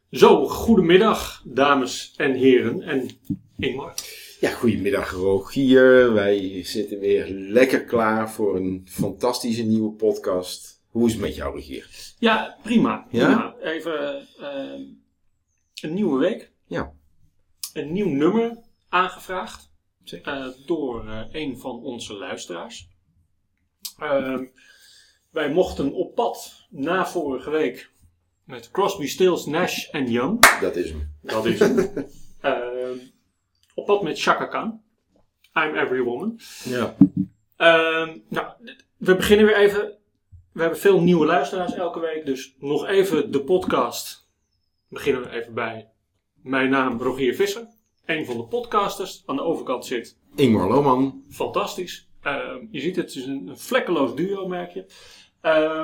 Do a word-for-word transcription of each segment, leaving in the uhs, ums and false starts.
Zo, goedemiddag dames en heren en Ingmar. Ja, goedemiddag Rogier. Wij zitten weer lekker klaar voor een fantastische nieuwe podcast. Hoe is het met jou, Rogier? Ja, prima. prima. Ja? Even uh, een nieuwe week. Ja. Een nieuw nummer aangevraagd Zeker. Uh, door uh, een van onze luisteraars. Uh, wij mochten op pad na vorige week met Crosby, Stills, Nash en Young. Dat is hem. Dat is hem. uh, op pad met Chaka Khan. I'm Every Woman. Ja. Uh, nou, we beginnen weer even. We hebben veel nieuwe luisteraars elke week. Dus nog even de podcast. Beginnen we even bij mijn naam Rogier Visser. Een van de podcasters. Aan de overkant zit Ingmar Lohman. Fantastisch. Uh, je ziet het, het is een, een vlekkeloos duo, merk je. Uh,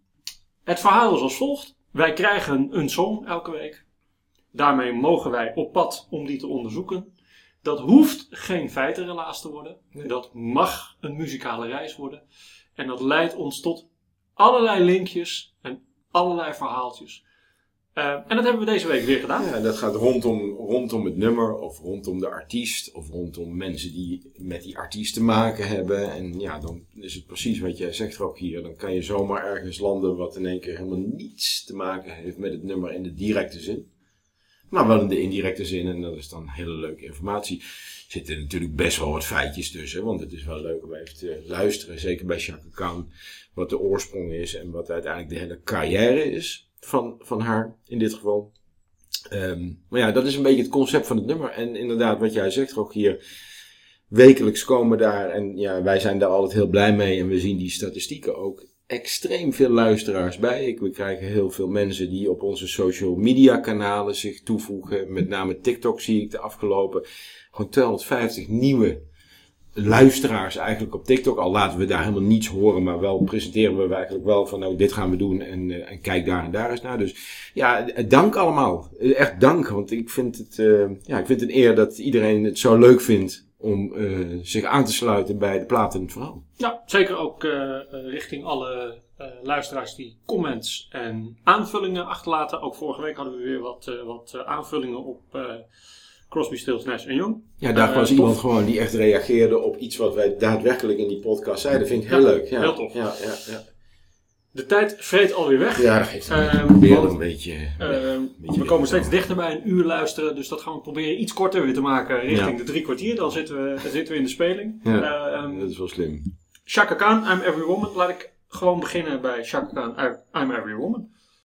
het verhaal is als volgt. Wij krijgen een song elke week. Daarmee mogen wij op pad om die te onderzoeken. Dat hoeft geen feitenrelaas te worden. Nee. Dat mag een muzikale reis worden. En dat leidt ons tot allerlei linkjes en allerlei verhaaltjes. Uh, en dat hebben we deze week weer gedaan. Ja, dat gaat rondom, rondom het nummer of rondom de artiest of rondom mensen die met die artiest te maken hebben. En ja, dan is het precies wat jij zegt, Rogier. Dan kan je zomaar ergens landen wat in één keer helemaal niets te maken heeft met het nummer in de directe zin. Maar wel in de indirecte zin en dat is dan hele leuke informatie. Er zitten natuurlijk best wel wat feitjes tussen, want het is wel leuk om even te luisteren. Zeker bij Chaka Khan, wat de oorsprong is en wat uiteindelijk de hele carrière is. Van, van haar, in dit geval. Um, maar ja, dat is een beetje het concept van het nummer. En inderdaad, wat jij zegt, ook hier. Wekelijks komen daar, en ja, wij zijn daar altijd heel blij mee. En we zien die statistieken ook extreem veel luisteraars bij. We krijgen heel veel mensen die op onze social media kanalen zich toevoegen. Met name TikTok zie ik de afgelopen gewoon tweehonderdvijftig nieuwe luisteraars eigenlijk op TikTok. Al laten we daar helemaal niets horen, maar wel presenteren we eigenlijk wel van nou, dit gaan we doen en, uh, en kijk daar en daar eens naar. Dus ja, dank allemaal. Echt dank, want ik vind het, uh, ja, ik vind het een eer dat iedereen het zo leuk vindt om uh, zich aan te sluiten bij de plaat en het verhaal. Ja, zeker ook uh, richting alle uh, luisteraars die comments en aanvullingen achterlaten. Ook vorige week hadden we weer wat, uh, wat uh, aanvullingen op Uh, Crosby, Stills, Nash en Young. Ja, daar uh, was tof. iemand gewoon die echt reageerde op iets wat wij daadwerkelijk in die podcast zeiden. Dat vind ik heel ja, leuk. Ja, heel tof. Ja, ja, ja. De tijd vreet alweer weg. Ja, dat geeft Uh, um, weer want, een beetje... Uh, een beetje we komen steeds dichter bij een uur luisteren. Dus dat gaan we proberen iets korter weer te maken richting ja. de drie kwartier. Dan zitten we, dan zitten we in de speling. Ja, uh, um, dat is wel slim. Chaka Khan, I'm Every Woman. Laat ik gewoon beginnen bij Chaka Khan, I'm Every Woman.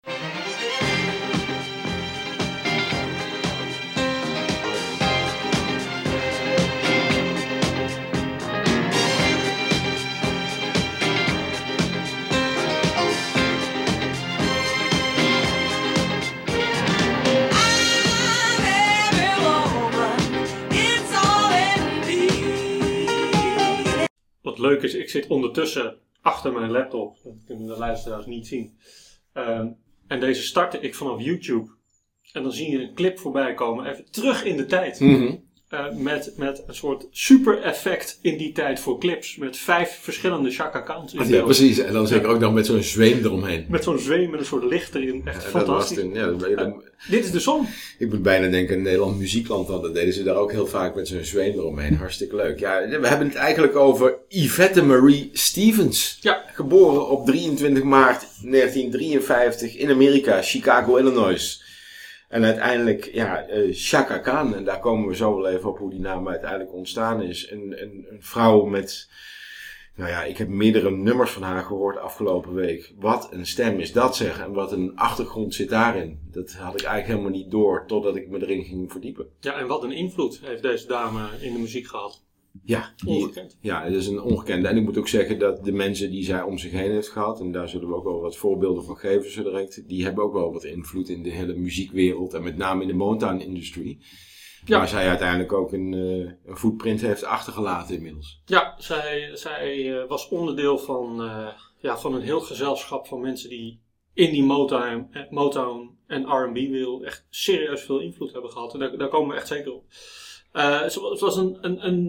Wat leuk is, ik zit ondertussen achter mijn laptop. Dat kunnen de luisteraars niet zien. Um, en deze startte ik vanaf YouTube. En dan zie je een clip voorbij komen. Even terug in de tijd. Mm-hmm. Uh, met, met een soort super effect in die tijd voor clips. Met vijf verschillende Chaka Khans. In ja, precies. En dan zeker ja. ook nog met zo'n zweem eromheen. Met zo'n zweem met een soort licht erin. Echt ja, fantastisch. Dat was toen, ja, dat, uh, dit is de song. Ik moet bijna denken aan Nederland Muziekland. Want dat deden ze daar ook heel vaak met zo'n zweem eromheen. Hartstikke leuk. Ja, we hebben het eigenlijk over Yvette Marie Stevens. Ja. Geboren op drieëntwintig maart negentien drieënvijftig in Amerika, Chicago, Illinois. En uiteindelijk, ja, uh, Chaka Khan, en daar komen we zo wel even op hoe die naam uiteindelijk ontstaan is. Een, een, een vrouw met, nou ja, ik heb meerdere nummers van haar gehoord afgelopen week. Wat een stem is dat zeg, en wat een achtergrond zit daarin. Dat had ik eigenlijk helemaal niet door, totdat ik me erin ging verdiepen. Ja, en wat een invloed heeft deze dame in de muziek gehad. Ja, die, ongekend. Ja, dat is een ongekende. En ik moet ook zeggen dat de mensen die zij om zich heen heeft gehad, en daar zullen we ook wel wat voorbeelden van geven zo direct, die hebben ook wel wat invloed in de hele muziekwereld en met name in de Motown-industrie. Ja. Waar zij uiteindelijk ook een, uh, een footprint heeft achtergelaten inmiddels. Ja, zij, zij uh, was onderdeel van, uh, ja, van een heel gezelschap van mensen die in die Motown, Motown en R en B-wereld echt serieus veel invloed hebben gehad. En daar, daar komen we echt zeker op. Uh, het was een, een, een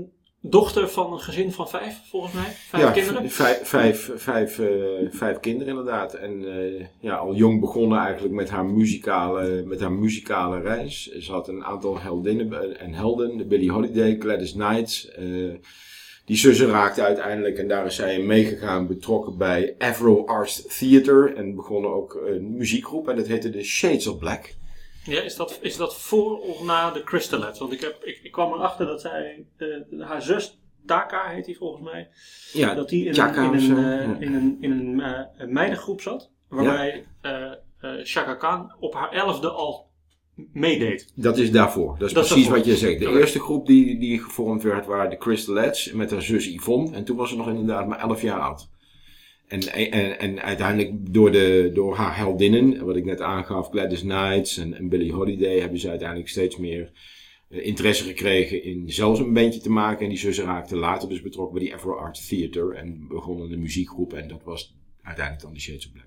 dochter van een gezin van vijf, volgens mij. Vijf ja, kinderen. V- vijf, vijf, vijf, uh, vijf kinderen inderdaad. En uh, ja, al jong begonnen eigenlijk met haar muzikale, met haar muzikale reis. Ze had een aantal heldinnen en helden. Billie Holiday, Gladys Knight. Uh, die zussen raakte uiteindelijk, en daar is zij in meegegaan, betrokken bij Avro Arts Theater. En begonnen ook een muziekgroep. En dat heette de Shades of Black. Ja, is dat, is dat voor of na de Crystalettes? Want ik, heb, ik, ik kwam erachter dat zij, uh, haar zus, Taka heet die volgens mij, ja, dat die in, Chaka een, in, een, uh, ja. in een, in een uh, een meidengroep zat, waarbij ja. uh, uh, Chaka Khan op haar elfde al meedeed. Dat is daarvoor. Dat is dat precies is wat je zegt. De okay. eerste groep die, die gevormd werd waren de Crystalettes met haar zus Yvonne. En toen was ze nog inderdaad maar elf jaar oud. En, en, en uiteindelijk door, de, door haar heldinnen, wat ik net aangaf, Gladys Knight en, en Billie Holiday, hebben ze uiteindelijk steeds meer uh, interesse gekregen in zelfs een bandje te maken. En die zussen raakten later dus betrokken bij die Avro Art Theater en begonnen een muziekgroep. En dat was uiteindelijk dan de Shades of Black.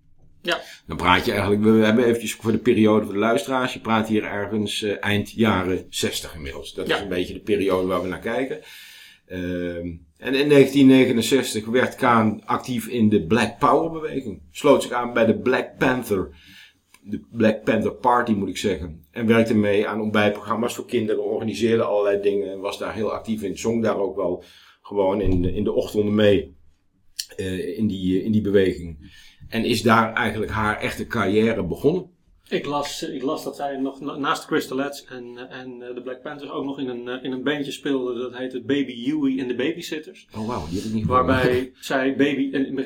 Ja. Dan praat je eigenlijk, we hebben eventjes voor de periode voor de luisteraars, je praat hier ergens uh, eind jaren zestig inmiddels. Dat ja. is een beetje de periode waar we naar kijken. Uh, en in negentien negenenzestig werd Khan actief in de Black Power beweging. Sloot zich aan bij de Black Panther, de Black Panther Party moet ik zeggen. En werkte mee aan ontbijtprogramma's voor kinderen, organiseerde allerlei dingen en was daar heel actief in. Zong daar ook wel gewoon in de, in de ochtenden mee uh, in, die, in die beweging. En is daar eigenlijk haar echte carrière begonnen. Ik las, ik las dat zij nog naast de Crystalettes en, en de Black Panthers ook nog in een, in een bandje speelde. Dat heette Baby Huey en de Babysitters. Oh wauw, die heb ik niet gehoord. Waarbij zij baby,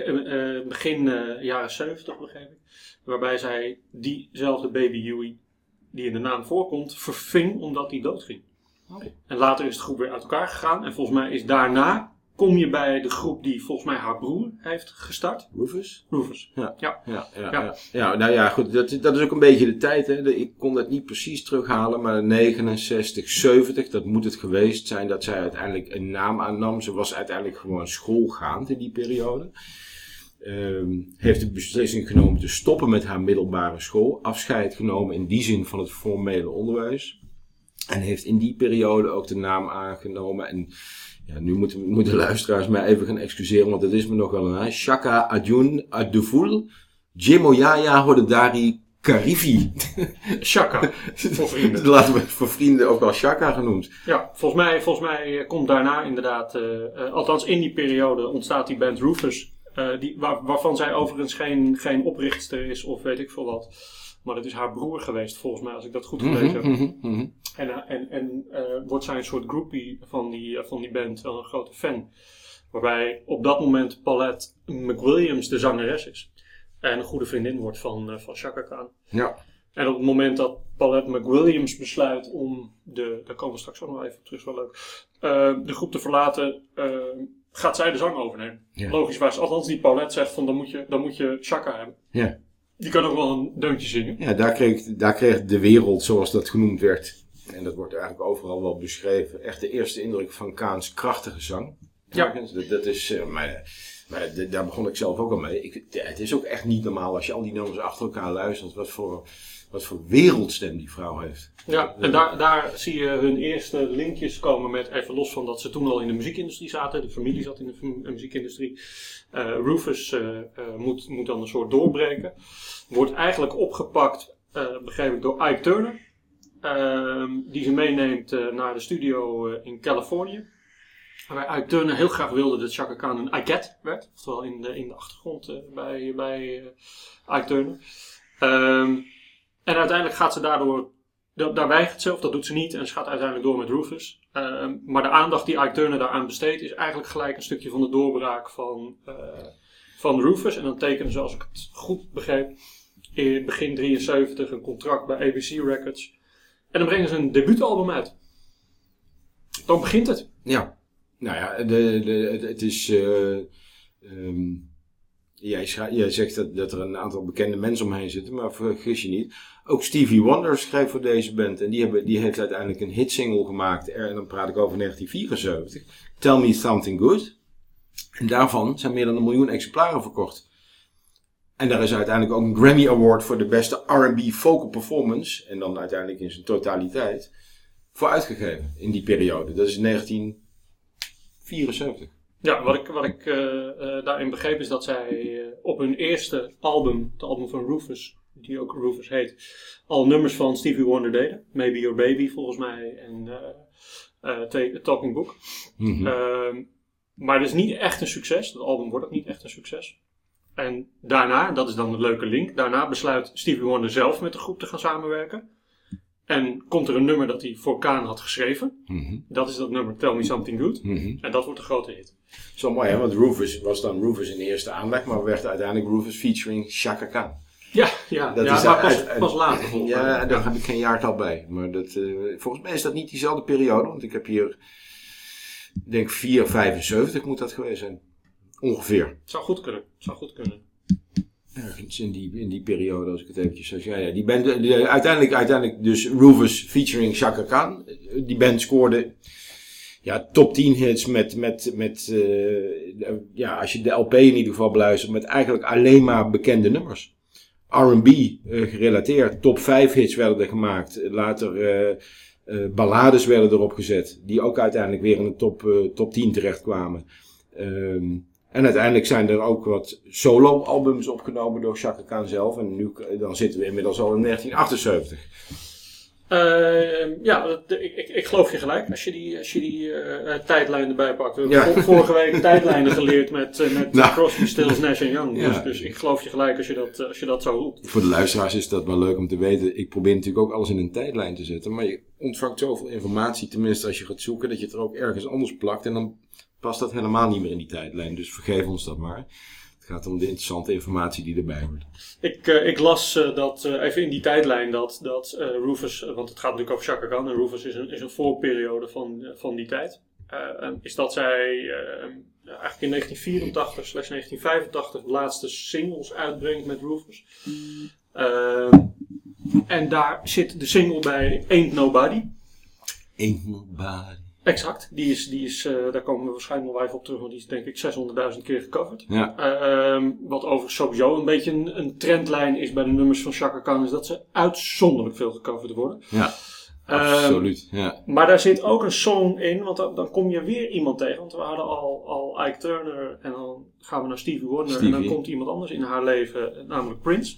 in begin uh, jaren zeventig begreep ik. Waarbij zij diezelfde Baby Huey, die in de naam voorkomt, verving omdat hij doodging. Oh. En later is de groep weer uit elkaar gegaan. En volgens mij is daarna... kom je bij de groep die volgens mij haar broer heeft gestart. Rufus? Rufus. Ja. Ja. Ja, ja, ja. ja. ja nou ja, goed. Dat, dat is ook een beetje de tijd. Hè. Ik kon dat niet precies terughalen. Maar negenenzestig, zeventig, dat moet het geweest zijn dat zij uiteindelijk een naam aannam. Ze was uiteindelijk gewoon schoolgaand in die periode. Um, heeft de beslissing genomen te stoppen met haar middelbare school. Afscheid genomen in die zin van het formele onderwijs. En heeft in die periode ook de naam aangenomen. En ja, nu moeten, moeten de luisteraars mij even gaan excuseren, want dat is me nog wel een naam. Chaka Arjun Aduful Jemoyaya Hodedari Karifi. Chaka, voor vrienden. Laten we voor vrienden ook wel Chaka genoemd. Ja, volgens mij, volgens mij komt daarna inderdaad, uh, uh, althans in die periode ontstaat die band Rufus. Uh, die, waar, waarvan zij overigens geen, geen oprichter is of weet ik veel wat. Maar dat is haar broer geweest, volgens mij, als ik dat goed gelezen heb. Mm-hmm, mm-hmm. En, uh, en, en uh, wordt zij een soort groupie van die, uh, van die band, wel een grote fan. Waarbij op dat moment Paulette McWilliams de zangeres is. En een goede vriendin wordt van, uh, van Chaka Khan. Ja. En op het moment dat Paulette McWilliams besluit om de, daar komen we straks ook nog even terug, is wel leuk, uh, de groep te verlaten, uh, gaat zij de zang overnemen. Ja. Logischwijs, althans die Paulette zegt van dan moet je, dan moet je Chaka hebben. Ja. Die kan ook wel een deuntje zingen. Ja, daar kreeg, daar kreeg de wereld, zoals dat genoemd werd, en dat wordt eigenlijk overal wel beschreven, echt de eerste indruk van Khans krachtige zang. Ja. Dat, dat is, uh, maar, maar de, daar begon ik zelf ook al mee. Ik, ja, het is ook echt niet normaal als je al die nummers achter elkaar luistert, wat voor, wat voor wereldstem die vrouw heeft. Ja, en daar, daar zie je hun eerste linkjes komen met, even los van dat ze toen al in de muziekindustrie zaten, de familie zat in de muziekindustrie. Uh, Rufus uh, uh, moet, moet dan een soort doorbreken. Wordt eigenlijk opgepakt, uh, begreep ik, door Ike Turner. Uh, die ze meeneemt uh, naar de studio uh, in Californië. Waarbij Ike Turner heel graag wilde dat Chaka Khan een Ikeette werd. Oftewel in de, in de achtergrond uh, bij, bij uh, Ike Turner. Um, en uiteindelijk gaat ze daardoor, da- daar weigert ze, of dat doet ze niet. En ze gaat uiteindelijk door met Rufus. Um, maar de aandacht die Ike Turner daaraan besteedt is eigenlijk gelijk een stukje van de doorbraak van, uh, van Rufus. En dan tekenen ze, als ik het goed begreep, in begin drieënzeventig een contract bij A B C Records. En dan brengen ze een debuutalbum uit. Dan begint het. Ja. Nou ja, de, de, het, het is... Uh, um, jij, schra- jij zegt dat, dat er een aantal bekende mensen omheen zitten, maar vergis je niet. Ook Stevie Wonder schreef voor deze band. En die, hebben, die heeft uiteindelijk een hitsingle gemaakt. En dan praat ik over negentien vierenzeventig. Tell Me Something Good. En daarvan zijn meer dan een miljoen exemplaren verkocht. En daar is uiteindelijk ook een Grammy Award voor de beste R en B vocal performance. En dan uiteindelijk in zijn totaliteit. Voor uitgegeven in die periode. Dat is negentien vierenzeventig. Ja, wat ik, wat ik uh, uh, daarin begreep is dat zij uh, op hun eerste album, het album van Rufus, die ook Rufus heet, al nummers van Stevie Wonder deden. Maybe Your Baby volgens mij en uh, uh, Talking Book. Mm-hmm. Uh, maar dat is niet echt een succes. Dat album wordt ook niet echt een succes. En daarna, dat is dan de leuke link, daarna besluit Stevie Wonder zelf met de groep te gaan samenwerken. En komt er een nummer dat hij voor Kaan had geschreven. Mm-hmm. Dat is dat nummer Tell Me Something Good. Mm-hmm. En dat wordt een grote hit. Zo mooi, hè? Want Rufus was dan Rufus in de eerste aanleg, maar werd uiteindelijk Rufus featuring Chaka Khan. Ja, ja, dat ja is maar pas, uit, pas later volgens mij. Ja, daar heb ik geen jaartal bij. Maar dat, uh, volgens mij is dat niet diezelfde periode, want ik heb hier, ik denk vier vijfenzeventig moet dat geweest zijn. Ongeveer. Het zou goed kunnen, het zou goed kunnen. Ergens in die, in die periode, als ik het eventjes zo zeg. Ja, die band, die, uiteindelijk, uiteindelijk dus Rufus featuring Chaka Khan. Die band scoorde ja, top tien hits met, met, met uh, ja, als je de L P in ieder geval beluistert, met eigenlijk alleen maar bekende nummers. R en B uh, gerelateerd. Top vijf hits werden er gemaakt. Later uh, uh, ballades werden erop gezet. Die ook uiteindelijk weer in de top, uh, top tien terechtkwamen. Um, En uiteindelijk zijn er ook wat solo-albums opgenomen door Chaka Khan zelf. En nu dan zitten we inmiddels al in negentien achtenzeventig. Uh, ja, de, ik, ik, ik geloof je gelijk als je die, als je die uh, tijdlijn erbij pakt. We hebben ja. vorige week tijdlijnen geleerd met, uh, met nou. Crosby, Stills, Nash en Young. Ja. Dus, dus ik geloof je gelijk als je, dat, als je dat zo roept. Voor de luisteraars is dat wel leuk om te weten. Ik probeer natuurlijk ook alles in een tijdlijn te zetten. Maar je ontvangt zoveel informatie, tenminste als je gaat zoeken, dat je het er ook ergens anders plakt. En dan past dat helemaal niet meer in die tijdlijn. Dus vergeef ons dat maar. Het gaat om de interessante informatie die erbij hoort. Ik, uh, ik las uh, dat uh, even in die tijdlijn dat, dat uh, Rufus, uh, want het gaat natuurlijk over Chaka Khan en Rufus is een, is een voorperiode van, uh, van die tijd. Uh, is dat zij uh, eigenlijk in negentien vierentachtig slash negentien vijfentachtig de laatste singles uitbrengt met Rufus. Uh, en daar zit de single bij Ain't Nobody. Ain't Nobody. Exact, die is, die is, uh, daar komen we waarschijnlijk nog wel even op terug, want die is denk ik zeshonderdduizend keer gecoverd. Ja. Uh, um, wat overigens sowieso een beetje een, een trendlijn is bij de nummers van Chaka Khan, is dat ze uitzonderlijk veel gecoverd worden. Ja, um, absoluut. Ja. Maar daar zit ook een song in, want dan, dan kom je weer iemand tegen, want we hadden al, al Ike Turner en dan gaan we naar Stevie Wonder Stevie. En dan komt iemand anders in haar leven, namelijk Prince.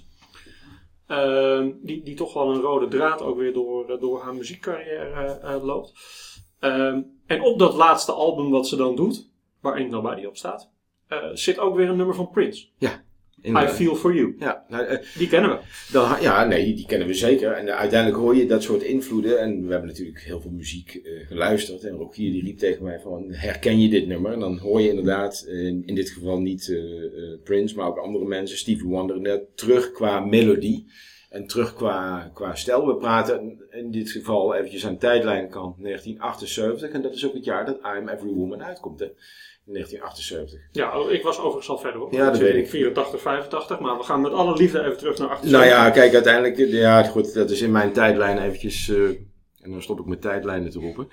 Uh, die, die toch wel een rode draad ook weer door, door haar muziekcarrière uh, loopt. Um, en op dat laatste album wat ze dan doet, waar Ain't Nobody op staat, uh, zit ook weer een nummer van Prince. Ja. I Feel For You. Ja, nou, uh, die kennen we. Dan, ja, nee, die kennen we zeker. En uh, uiteindelijk hoor je dat soort invloeden. En we hebben natuurlijk heel veel muziek uh, geluisterd. En Rogier die riep tegen mij van, herken je dit nummer? En dan hoor je inderdaad, uh, in, in dit geval niet uh, uh, Prince, maar ook andere mensen, Stevie Wonder, inderdaad terug qua melodie. En terug qua, qua stijl. We praten in dit geval eventjes aan tijdlijnkant negentien achtenzeventig. En dat is ook het jaar dat I'm Every Woman uitkomt, hè? In negentien achtenzeventig. Ja, ik was overigens al verder op. Ja, dat weet ik. vierentachtig, vijfentachtig. Maar we gaan met alle liefde even terug naar achtenzeventig. Nou ja, kijk, uiteindelijk... Ja, goed, dat is in mijn tijdlijn eventjes... Uh, en dan stop ik met tijdlijnen te roepen.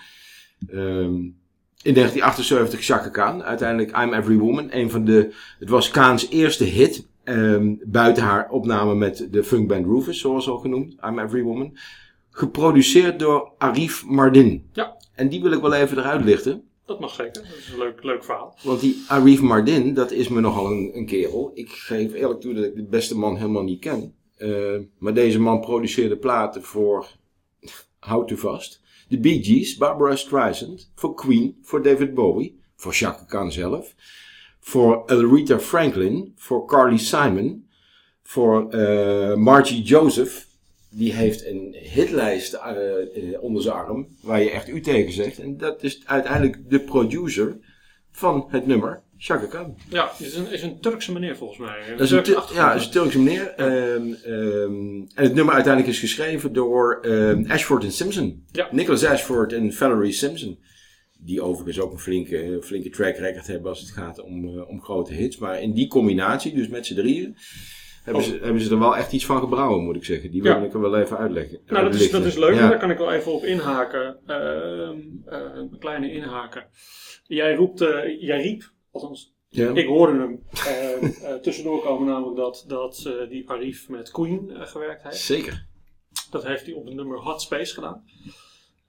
Um, in negentien achtenzeventig Chaka Khan. Uiteindelijk I'm Every Woman. Een van de... Het was Khan's eerste hit. Um, buiten haar opname met de funkband Rufus, zoals al genoemd. I'm Every Woman. Geproduceerd door Arif Mardin. Ja. En die wil ik wel even eruit lichten. Dat mag zeker. Dat is een leuk, leuk verhaal. Want die Arif Mardin, dat is me nogal een, een kerel. Ik geef eerlijk toe dat ik de beste man helemaal niet ken. Uh, maar deze man produceerde platen voor... Houd u vast. De Bee Gees, Barbara Streisand. Voor Queen, voor David Bowie. Voor Chaka Khan zelf. Voor Aretha Franklin, voor Carly Simon, voor uh, Margie Joseph. Die heeft een hitlijst uh, uh, onder zijn arm, waar je echt u tegen zegt. En dat is uiteindelijk de producer van het nummer Chaka Khan. Ja, is een, is een Turkse meneer volgens mij. Een dat is een, Turkse ja, is een Turkse meneer. Ja. Um, um, en het nummer uiteindelijk is geschreven door um, Ashford en Simpson. Ja. Nicholas Ashford en Valerie Simpson. Die overigens ook een flinke, flinke track record hebben als het gaat om, uh, om grote hits. Maar in die combinatie, dus met z'n drieën, hebben, oh. ze, hebben ze er wel echt iets van gebrouwen, moet ik zeggen. Die wil ja. ik er wel even uitleggen. Nou, dat is, dat is leuk. Ja. Daar kan ik wel even op inhaken. Uh, uh, een kleine inhaken. Jij roept, uh, jij riep, althans, ja. ik hoorde hem uh, uh, tussendoor komen, namelijk dat, dat uh, die Arif met Queen uh, gewerkt heeft. Zeker. Dat heeft hij op het nummer Hot Space gedaan.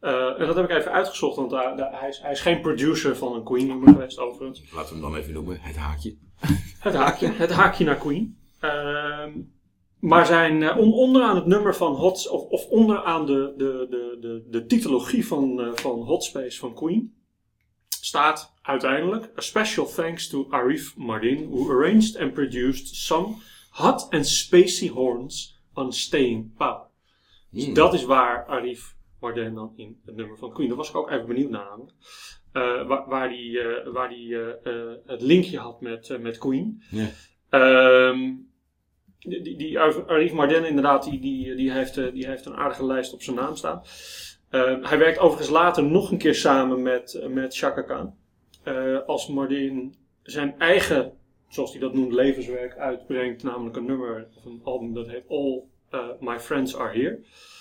Uh, en dat heb ik even uitgezocht, want uh, uh, hij, is, hij is geen producer van een Queen nummer geweest overigens. Laten we hem dan even noemen, het haakje. Het haakje, het haakje naar Queen. Uh, maar zijn uh, on, onderaan het nummer van Hot, of, of onderaan de, de, de, de, de titologie van, uh, van Hot Space van Queen staat uiteindelijk: A special thanks to Arif Mardin, who arranged and produced some hot and spacey horns on staying power. Dus mm. dat is waar Arif Mardin dan in het nummer van Queen. Daar was ik ook even benieuwd naar namelijk. Uh, waar, waar die, uh, waar die uh, uh, het linkje had met, uh, met Queen. Yeah. Um, die, die Arif Mardin inderdaad, die, die, die, heeft, uh, die heeft een aardige lijst op zijn naam staan. Uh, hij werkt overigens later nog een keer samen met, uh, met Chaka Khan. Uh, als Mardin zijn eigen, zoals hij dat noemt, levenswerk uitbrengt. Namelijk een nummer of een album dat heet All uh, My Friends Are Here.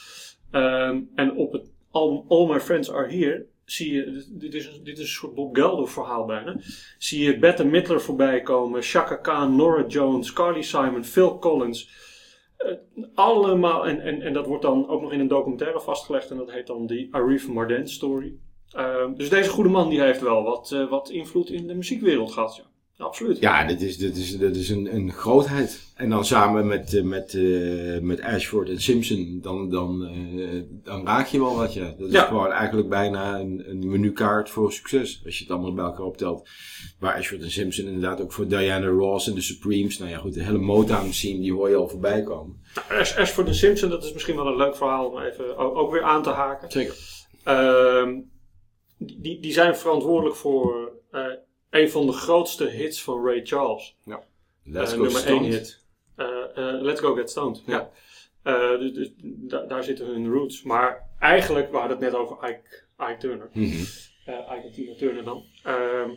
Um, en op het album All My Friends Are Here zie je, dit is, dit is een soort Bob Geldof verhaal bijna, zie je Bette Midler voorbij komen, Chaka Khan, Norah Jones, Carly Simon, Phil Collins. Uh, allemaal, en, en, en dat wordt dan ook nog in een documentaire vastgelegd en dat heet dan de Arif Mardin Story. Uh, dus deze goede man die heeft wel wat, uh, wat invloed in de muziekwereld gehad, ja. Absoluut. Ja, dit is, dit is, dit is een, een grootheid. En dan samen met, uh, met, uh, met Ashford en Simpson, dan, dan, uh, dan raak je wel wat, ja. Dat is ja. gewoon eigenlijk bijna een, een menukaart voor succes, als je het allemaal bij elkaar optelt. Waar Ashford en Simpson inderdaad ook voor Diana Ross en de Supremes, nou ja goed, de hele Motown scene, die hoor je al voorbij komen. Nou, Ashford en Simpson, dat is misschien wel een leuk verhaal om even ook, ook weer aan te haken. Zeker. Uh, die, die zijn verantwoordelijk voor Uh, een van de grootste hits van Ray Charles. Ja. Let's uh, Go nummer Stoned. één hit. Uh, uh, Let's Go Get Stoned. Ja. ja. Uh, dus, dus da- daar zitten hun roots. Maar eigenlijk, we hadden het net over Ike, Ike Turner. Mm-hmm. Uh, Ike en Tina Turner dan. Uh,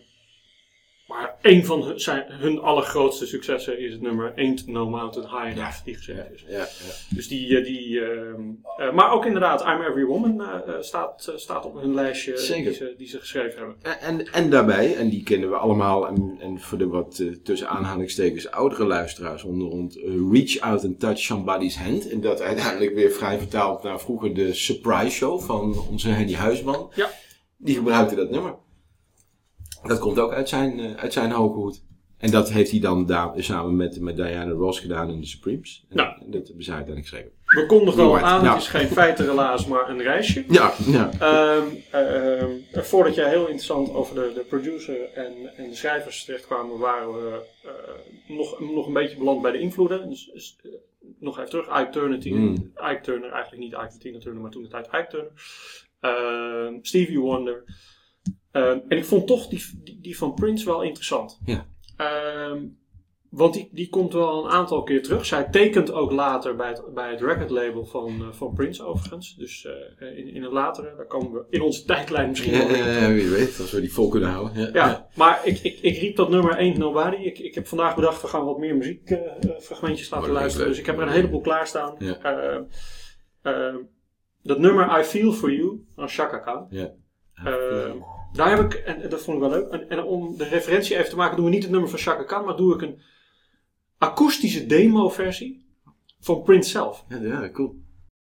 maar een van hun, zijn, hun allergrootste successen is het nummer Ain't No Mountain High Enough. Ja. Die geschreven is. Ja, ja. Dus die... die uh, uh, maar ook inderdaad, I'm Every Woman uh, staat, uh, staat op hun lijstje die ze, die ze geschreven hebben. En, en, en daarbij, en die kennen we allemaal, en, en voor de wat uh, tussen aanhalingstekens oudere luisteraars onder rond, uh, Reach Out and Touch Somebody's Hand. En dat uiteindelijk weer vrij vertaald naar vroeger de Surprise Show van onze Henny Huisman. Ja. Die gebruikte dat nummer. Dat komt ook uit zijn, uh, uit zijn hoge hoed. En dat heeft hij dan daar, samen met, met Diana Ross gedaan in de Supremes. En, nou. en dat hebben zij uiteindelijk geschreven. We kondigden al aan, nou. Het is geen feitenrelaas, maar een reisje. Ja, ja. Um, uh, uh, voordat jij heel interessant over de, de producer en, en de schrijvers terechtkwamen, waren we uh, nog, nog een beetje beland bij de invloeden. Dus, dus uh, nog even terug, Ike Turner, mm. Ike Turner, eigenlijk niet Ike en Tina Turner, maar toen het uit Ike Turner. Uh, Stevie Wonder. Uh, en ik vond toch die, die, die van Prince wel interessant. Ja. Um, want die, die komt wel een aantal keer terug. Zij tekent ook later bij het, bij het recordlabel van, uh, van Prince overigens. Dus uh, in, in het latere, daar komen we in onze tijdlijn misschien ja, wel in. Ja, wie weet, als we die vol kunnen houden. Ja, ja, ja. Maar ik, ik, ik riep dat nummer Ain't Nobody. Ik, ik heb vandaag bedacht, we gaan wat meer muziekfragmentjes uh, laten luisteren. Dus ik heb er een heleboel klaarstaan. Ja. Uh, uh, dat nummer I Feel For You van Chaka Khan. Ja. Uh, daar heb ik, en dat vond ik wel leuk, en, en om de referentie even te maken, doen we niet het nummer van Chaka Khan, maar doe ik een akoestische demo-versie van Prince zelf. Ja, ja, cool.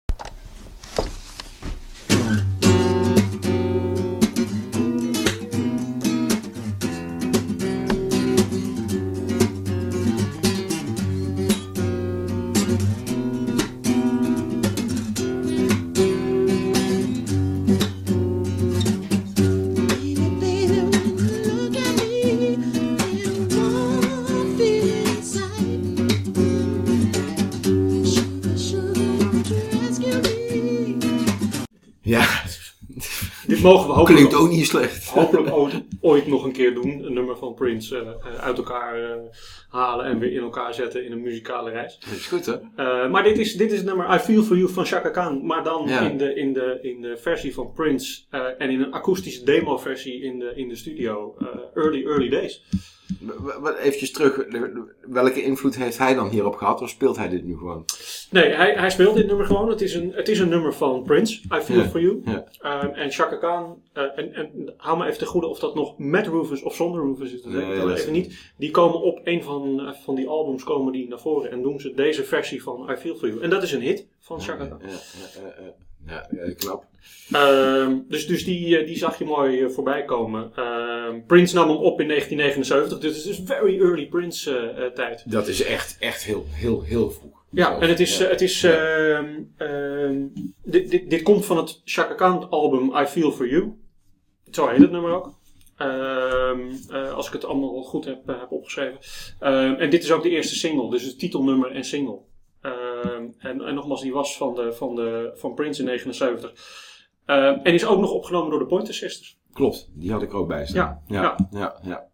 Ja, dit mogen we hopelijk, klinkt ook niet slecht. Hopelijk ooit, ooit nog een keer doen. Een nummer van Prince uh, uit elkaar uh, halen en weer in elkaar zetten in een muzikale reis. Dat is goed, hè? Uh, maar dit is, dit is het nummer I Feel For You van Chaka Khan. Maar dan ja. in, de, in, de, in de versie van Prince. Uh, en in een akoestische demo versie in de, in de studio. Uh, early, early days. Eventjes terug, welke invloed heeft hij dan hierop gehad? Of speelt hij dit nu gewoon? Nee, hij, hij speelt dit nummer gewoon. Het is een, het is een nummer van Prince, I Feel ja, For You. Ja. Um, en Chaka Khan, uh, en, en hou me even te goede of dat nog met Rufus of zonder Rufus is. Dat weet ik dan even niet. Die komen op een van, uh, van die albums komen die naar voren en doen ze deze versie van I Feel For You. En dat is een hit van Chaka Khan. Ja, ja, ja, ja. Ja, ja knap. Uh, dus dus die, die zag je mooi uh, voorbij komen. Uh, Prince nam hem op in negentien negenenzeventig. Dus het is dus very early Prince uh, uh, tijd. Dat is echt, echt heel, heel, heel vroeg. Ja, en het is... Ja. Uh, het is uh, uh, dit, dit, dit komt van het Chaka Khan album I Feel For You. Zo heet het nummer ook. Uh, uh, als ik het allemaal goed heb, uh, heb opgeschreven. Uh, en dit is ook de eerste single. Dus het titelnummer en single. Uh, en, en nogmaals, die was van, de, van, de, van Prince in negentien negenenzeventig. Uh, en is ook nog opgenomen door de Pointer Sisters. Klopt, die had ik er ook bij staan. Ja, ja, ja. ja,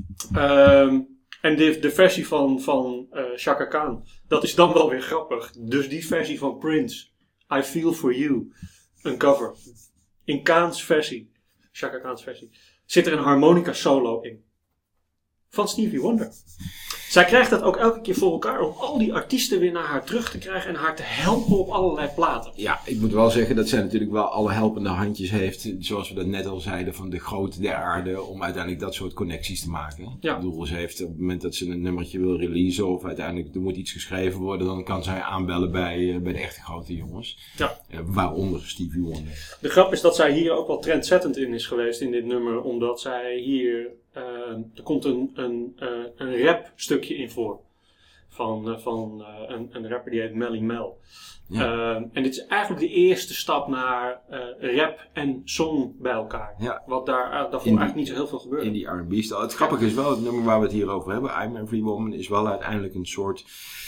ja. Uh, en de, de versie van, van uh, Chaka Khan, dat is dan wel weer grappig. Dus die versie van Prince, I Feel For You, een cover. In Khan's versie, Chaka Khan's versie, zit er een harmonica solo in. Van Stevie Wonder. Zij krijgt dat ook elke keer voor elkaar om al die artiesten weer naar haar terug te krijgen en haar te helpen op allerlei platen. Ja, ik moet wel zeggen dat zij natuurlijk wel alle helpende handjes heeft, zoals we dat net al zeiden, van de grootte der aarde, om uiteindelijk dat soort connecties te maken. Ja. Ik bedoel, ze heeft op het moment dat ze een nummertje wil releasen of uiteindelijk er moet iets geschreven worden, dan kan zij aanbellen bij, bij de echte grote jongens. Ja. Uh, waaronder Stevie Wonder. De grap is dat zij hier ook wel trendzettend in is geweest in dit nummer, omdat zij hier... Uh, er komt een, een, uh, een rap stukje in voor. Van, uh, van uh, een, een rapper die heet Melly Mel. Ja. Uh, en dit is eigenlijk de eerste stap naar uh, rap en song bij elkaar. Ja. Wat daar, uh, daarvoor die, eigenlijk niet zo heel veel gebeurde. In die R en B-stijl. Het grappige is wel, het nummer waar we het hier over hebben, I'm Every Woman, is wel uiteindelijk een soort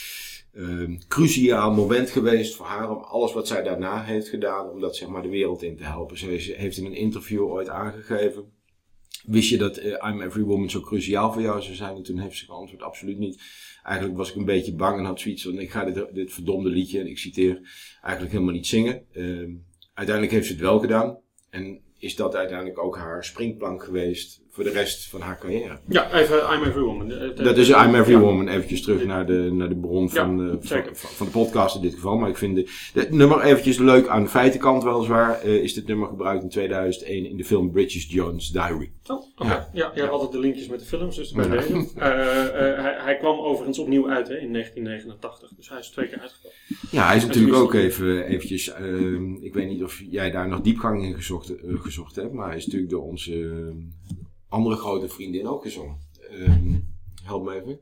uh, cruciaal moment geweest voor haar om alles wat zij daarna heeft gedaan, om dat zeg maar de wereld in te helpen. Ze heeft in een interview ooit aangegeven. Wist je dat uh, I'm Every Woman zo cruciaal voor jou zou zijn? En toen heeft ze geantwoord, absoluut niet. Eigenlijk was ik een beetje bang en had zoiets van, ik ga dit, dit verdomde liedje, en ik citeer, eigenlijk helemaal niet zingen. Uh, uiteindelijk heeft ze het wel gedaan. En is dat uiteindelijk ook haar springplank geweest voor de rest van haar carrière. Ja, even I'm Every Woman. De, de, dat is I'm Every ja. Woman. Eventjes terug de, naar, de, naar de bron van, ja, uh, van, van de podcast in dit geval. Maar ik vind de, het nummer eventjes leuk aan de feitenkant weliswaar. Uh, is dit nummer gebruikt in tweeduizend één in de film Bridget Jones' Diary. Oh, oké. Okay. Ja, ja, je had altijd de linkjes met de films, dus bij ja. deze. Uh, uh, hij, hij kwam overigens opnieuw uit hè, in negentien negenentachtig. Dus hij is twee keer uitgekomen. Ja, hij is natuurlijk ook even eventjes... Uh, ik weet niet of jij daar nog diepgang in gezocht, uh, gezocht hebt. Maar hij is natuurlijk door onze... Uh, andere grote vriendin ook gezongen. Um, help me even.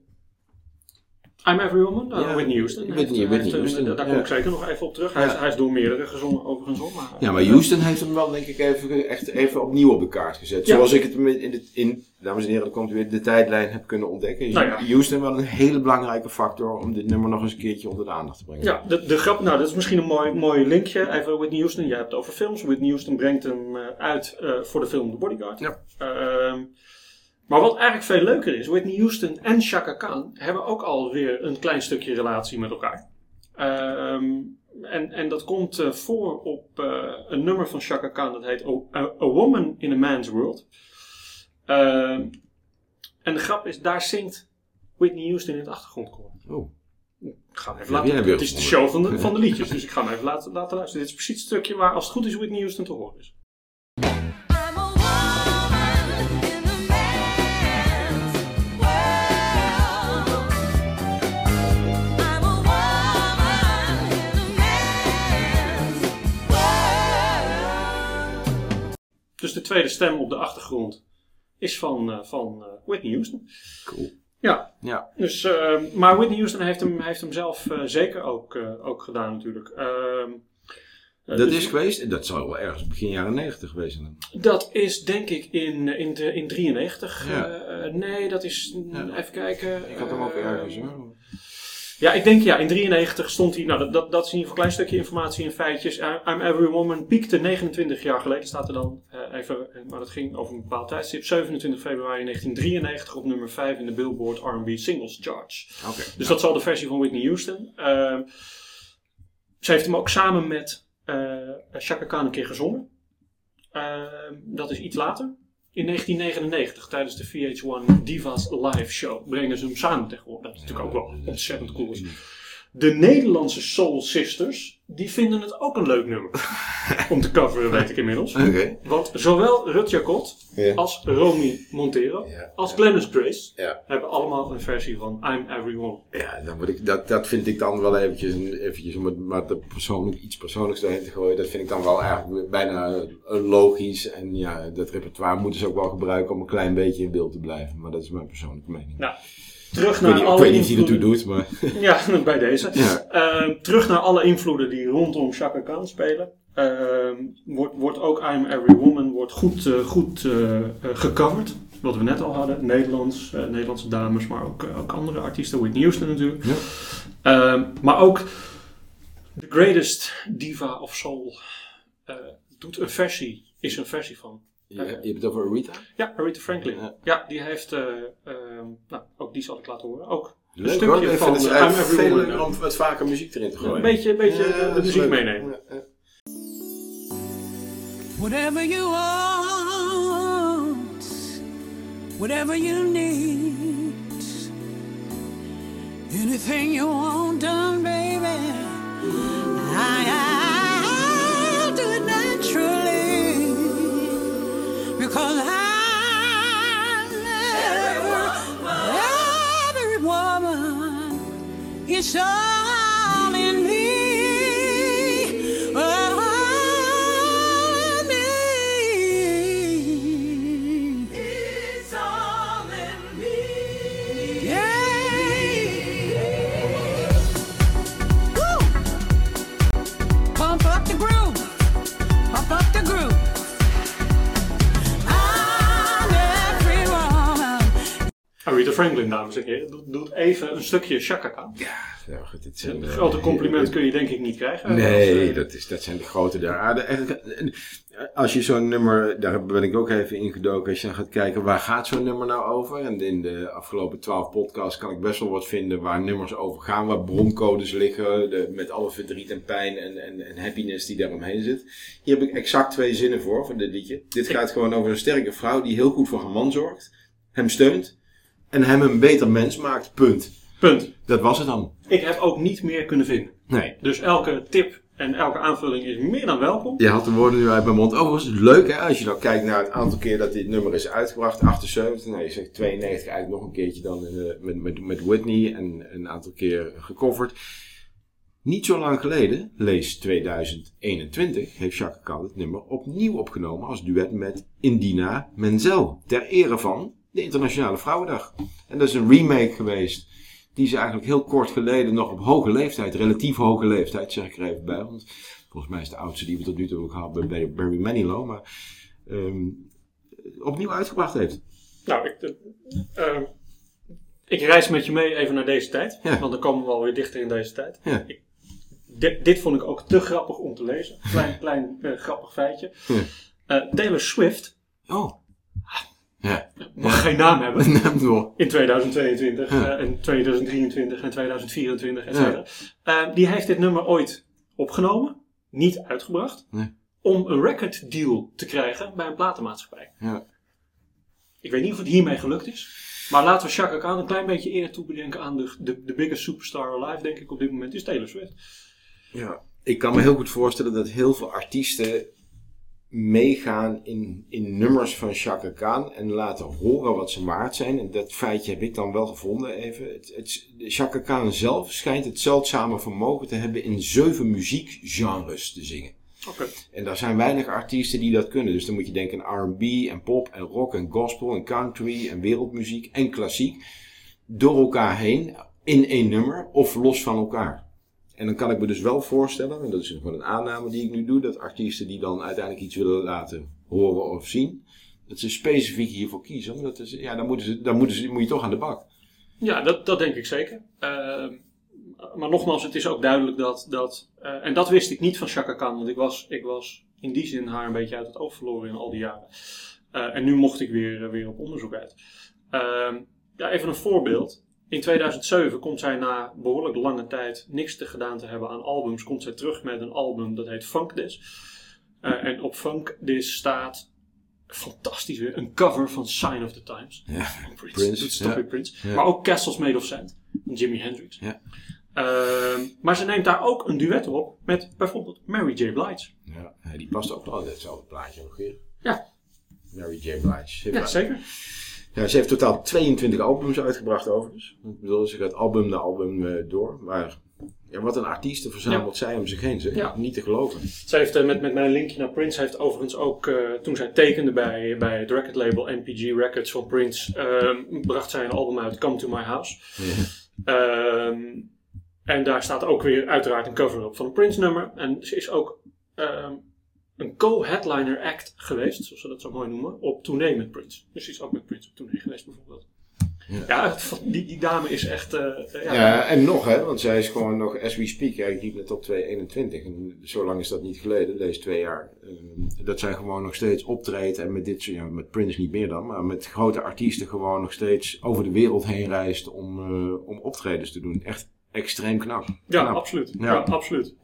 I'm Every Woman, uh, ja. Whitney Houston. Whitney, heeft, Whitney heeft, Houston. Uh, daar kom ja. ik zeker nog even op terug. Hij, ja. is, hij is door meerdere gezongen overigens op. Maar, ja, maar Houston heeft hem wel denk ik even, echt even opnieuw op de kaart gezet. Ja. Zoals ik het in, de, in, dames en heren, dan komt weer de tijdlijn heb kunnen ontdekken. Nou ja. Houston wel een hele belangrijke factor om dit nummer nog eens een keertje onder de aandacht te brengen. Ja, de, de grap, nou dat is misschien een mooi, mooi linkje. Even Whitney Houston, jij hebt het over films. Whitney Houston brengt hem uh, uit uh, voor de film The Bodyguard. Ja. Uh, Maar wat eigenlijk veel leuker is, Whitney Houston en Chaka Khan hebben ook alweer een klein stukje relatie met elkaar. Um, en, en dat komt uh, voor op uh, een nummer van Chaka Khan, dat heet A, A Woman in a Man's World. Um, en de grap is, daar zingt Whitney Houston in het achtergrondkoor. Oh. Ik ga hem even laten. Het is de show van de, van de liedjes, dus ik ga hem even laten, laten luisteren. Dit is precies het stukje waar, als het goed is, Whitney Houston te horen is. Dus de tweede stem op de achtergrond is van, uh, van uh, Whitney Houston. Cool. Ja. ja. Dus, uh, maar Whitney Houston heeft hem, heeft hem zelf uh, zeker ook, uh, ook gedaan natuurlijk. Uh, uh, dat dus, is geweest? Dat zou wel ergens begin jaren negentig geweest zijn. Dat is denk ik in, in, de, in drieënnegentig. Ja. Uh, nee, dat is... Ja. Even kijken. Ik had hem ook ergens hoor. Ja, ik denk ja, in drieënnegentig stond hij, nou dat, dat, dat is in ieder geval een klein stukje informatie en feitjes. I'm Every Woman piekte negenentwintig jaar geleden, staat er dan uh, even, maar dat ging over een bepaald tijdstip. zevenentwintig februari negentien drieënnegentig op nummer vijf in de Billboard R en B Singles Charts. Okay, dus ja. dat is al de versie van Whitney Houston. Uh, ze heeft hem ook samen met uh, Chaka Khan een keer gezongen. Uh, dat is iets later. In negentien negenennegentig, tijdens de V H one Divas Live Show, brengen ze hem samen tegenwoordig. Dat is natuurlijk ook wel ontzettend cool. De Nederlandse Soul Sisters, die vinden het ook een leuk nummer. om te coveren, weet ik inmiddels. Okay. Want zowel Rutger Kot Ja. als Romy Montero Ja. als Ja. Glennis Grace Ja. hebben allemaal een versie van I'm Everyone. Ja, dan word ik, dat, dat vind ik dan wel eventjes, een, eventjes om het maar te persoonlijk, iets persoonlijks doorheen te gooien. Dat vind ik dan wel eigenlijk bijna logisch. En ja, dat repertoire moeten ze ook wel gebruiken om een klein beetje in beeld te blijven. Maar dat is mijn persoonlijke mening. Nou, terug Ik naar weet niet, alle ik weet niet of die ertoe invloeden- doet, maar... Ja, bij deze. Ja. Ehm, terug naar alle invloeden die rondom Chaka Khan spelen. Ehm, wordt, wordt ook I'm Every Woman wordt goed, uh, goed uh, uh, gecoverd. Wat we net al hadden. Nederlands, uh, Nederlandse dames, maar ook, uh, ook andere artiesten. Whitney Houston natuurlijk. Ja. Ehm, maar ook The Greatest Diva of Soul uh, doet een versie, is een versie van. Je, je hebt het over Aretha? Ja, Aretha Franklin. Ja. Ja, die heeft, uh, um, nou, ook die zal ik laten horen. Ook een Leuk stukje hoor, ik van vind het uh, I'm eigenlijk Every veel Woman. leuker om wat vaker muziek erin te gooien. Een beetje, een beetje Ja, de, de dat is muziek leuk. meenemen. Ja, ja. Whatever you want, whatever you need, anything you want done, baby, I, I'll do it naturally, because I love every woman. It's all in me. Oh, Aretha Franklin, dames en heren, doet, doet even een stukje Chaka Khan. Ja, goed, dit zijn Een de- grote compliment kun je denk ik niet krijgen. Nee, Als, uh, dat, is, dat zijn de grote der aarde. En als je zo'n nummer, daar ben ik ook even ingedoken, als je dan gaat kijken waar gaat zo'n nummer nou over. En in de afgelopen twaalf podcasts kan ik best wel wat vinden waar nummers over gaan, waar broncodes liggen, de, met alle verdriet en pijn en, en, en happiness die daaromheen zit. Hier heb ik exact twee zinnen voor, van dit liedje. Dit gaat gewoon over een sterke vrouw die heel goed voor haar man zorgt, hem steunt en hem een beter mens maakt, punt. Punt. Dat was het dan. Ik heb ook niet meer kunnen vinden. Nee. Dus elke tip en elke aanvulling is meer dan welkom. Je had de woorden nu uit mijn mond. Overigens, het is leuk hè, als je dan kijkt naar het aantal keer dat dit nummer is uitgebracht. achtenzeventig, nou je zegt tweeënnegentig eigenlijk nog een keertje dan uh, met, met, met Whitney en een aantal keer gecoverd. Niet zo lang geleden, lees tweeduizend eenentwintig, heeft Chaka Khan het nummer opnieuw opgenomen als duet met Idina Menzel. Ter ere van de Internationale Vrouwendag. En dat is een remake geweest. Die ze eigenlijk heel kort geleden nog op hoge leeftijd, relatief hoge leeftijd, zeg ik er even bij. Want volgens mij is de oudste die we tot nu toe hebben gehad bij Barry Manilow. Maar um, opnieuw uitgebracht heeft. Nou, ik, uh, uh, ik reis met je mee even naar deze tijd. Ja. Want dan komen we alweer dichter in deze tijd. Ja. Ik, dit, dit vond ik ook te grappig om te lezen. Klein, klein uh, grappig feitje. Ja. Uh, Taylor Swift. Oh. Ja. Mag geen naam hebben. Neem door. In tweeduizend tweeëntwintig Ja. uh, en tweeduizend drieëntwintig en tweeduizend vierentwintig, et cetera. Ja. Uh, die heeft dit nummer ooit opgenomen. Niet uitgebracht. Nee. Om een record deal te krijgen bij een platenmaatschappij. Ja. Ik weet niet of het hiermee gelukt is. Maar laten we Chaka Khan een klein beetje eerder toebedenken aan de, de, de biggest superstar alive, denk ik op dit moment, is Taylor Swift. Ja. Ik kan me heel goed voorstellen dat heel veel artiesten meegaan in, in nummers van Chaka Khan en laten horen wat ze waard zijn. En dat feitje heb ik dan wel gevonden even. Het, het, Chaka Khan zelf schijnt het zeldzame vermogen te hebben in zeven muziekgenres te zingen. Okay. En daar zijn weinig artiesten die dat kunnen. Dus dan moet je denken aan R en B en pop en rock en gospel en country en wereldmuziek en klassiek. Door elkaar heen in één nummer of los van elkaar. En dan kan ik me dus wel voorstellen, en dat is gewoon een aanname die ik nu doe, dat artiesten die dan uiteindelijk iets willen laten horen of zien, dat ze specifiek hiervoor kiezen. Omdat ze, ja, dan, moeten ze, dan moeten ze, moet je toch aan de bak. Ja, dat, dat denk ik zeker. Uh, maar nogmaals, het is ook duidelijk dat, dat uh, en dat wist ik niet van Chaka Khan, want ik was, ik was in die zin haar een beetje uit het oog verloren in al die jaren. Uh, en nu mocht ik weer, weer op onderzoek uit. Uh, ja, even een voorbeeld. In tweeduizend zeven komt zij na behoorlijk lange tijd niks te gedaan te hebben aan albums, komt zij terug met een album dat heet Funk This. Uh, en op Funk This staat, fantastisch weer, een cover van Sign of the Times. Ja, Prince. Prince, Doet stop ja. with Prince. Ja. Maar ook Castles Made of Sand van Jimi Hendrix. Ja. Uh, maar ze neemt daar ook een duet op met bijvoorbeeld Mary J. Blige. Ja, ja. Ja, die past ook wel in hetzelfde plaatje ongeveer. Ja. Mary J. Blige. Ja, zeker. Ja, ze heeft totaal tweeëntwintig albums uitgebracht overigens. Ik bedoel, ze gaat album na album uh, door. Maar ja, wat een artiesten verzamelt ja. zij om zich heen. Zeg. Ja. Niet te geloven. Ze heeft uh, met, met mijn linkje naar Prince, heeft overigens ook, uh, toen zij tekende bij, bij het recordlabel N P G Records van Prince, uh, bracht zij een album uit, Come to My House. Ja. Um, en daar staat ook weer uiteraard een cover op van een Prince nummer. En ze is ook um, een co-headliner act geweest, zoals ze dat zo mooi noemen, op tournee met Prince. Dus die is ook met Prince op tournee geweest bijvoorbeeld. Ja, ja die, die dame is echt... Uh, uh, ja. ja, en nog hè, want zij is gewoon nog, as we speak, eigenlijk niet met top twee eenentwintig. En zo lang is dat niet geleden, deze twee jaar. Uh, dat zij gewoon nog steeds optreedt en met dit, ja, met Prince niet meer dan, maar met grote artiesten gewoon nog steeds over de wereld heen reist om, uh, om optredens te doen. Echt extreem knap. Ja, knap. absoluut. Ja. Ja, absoluut.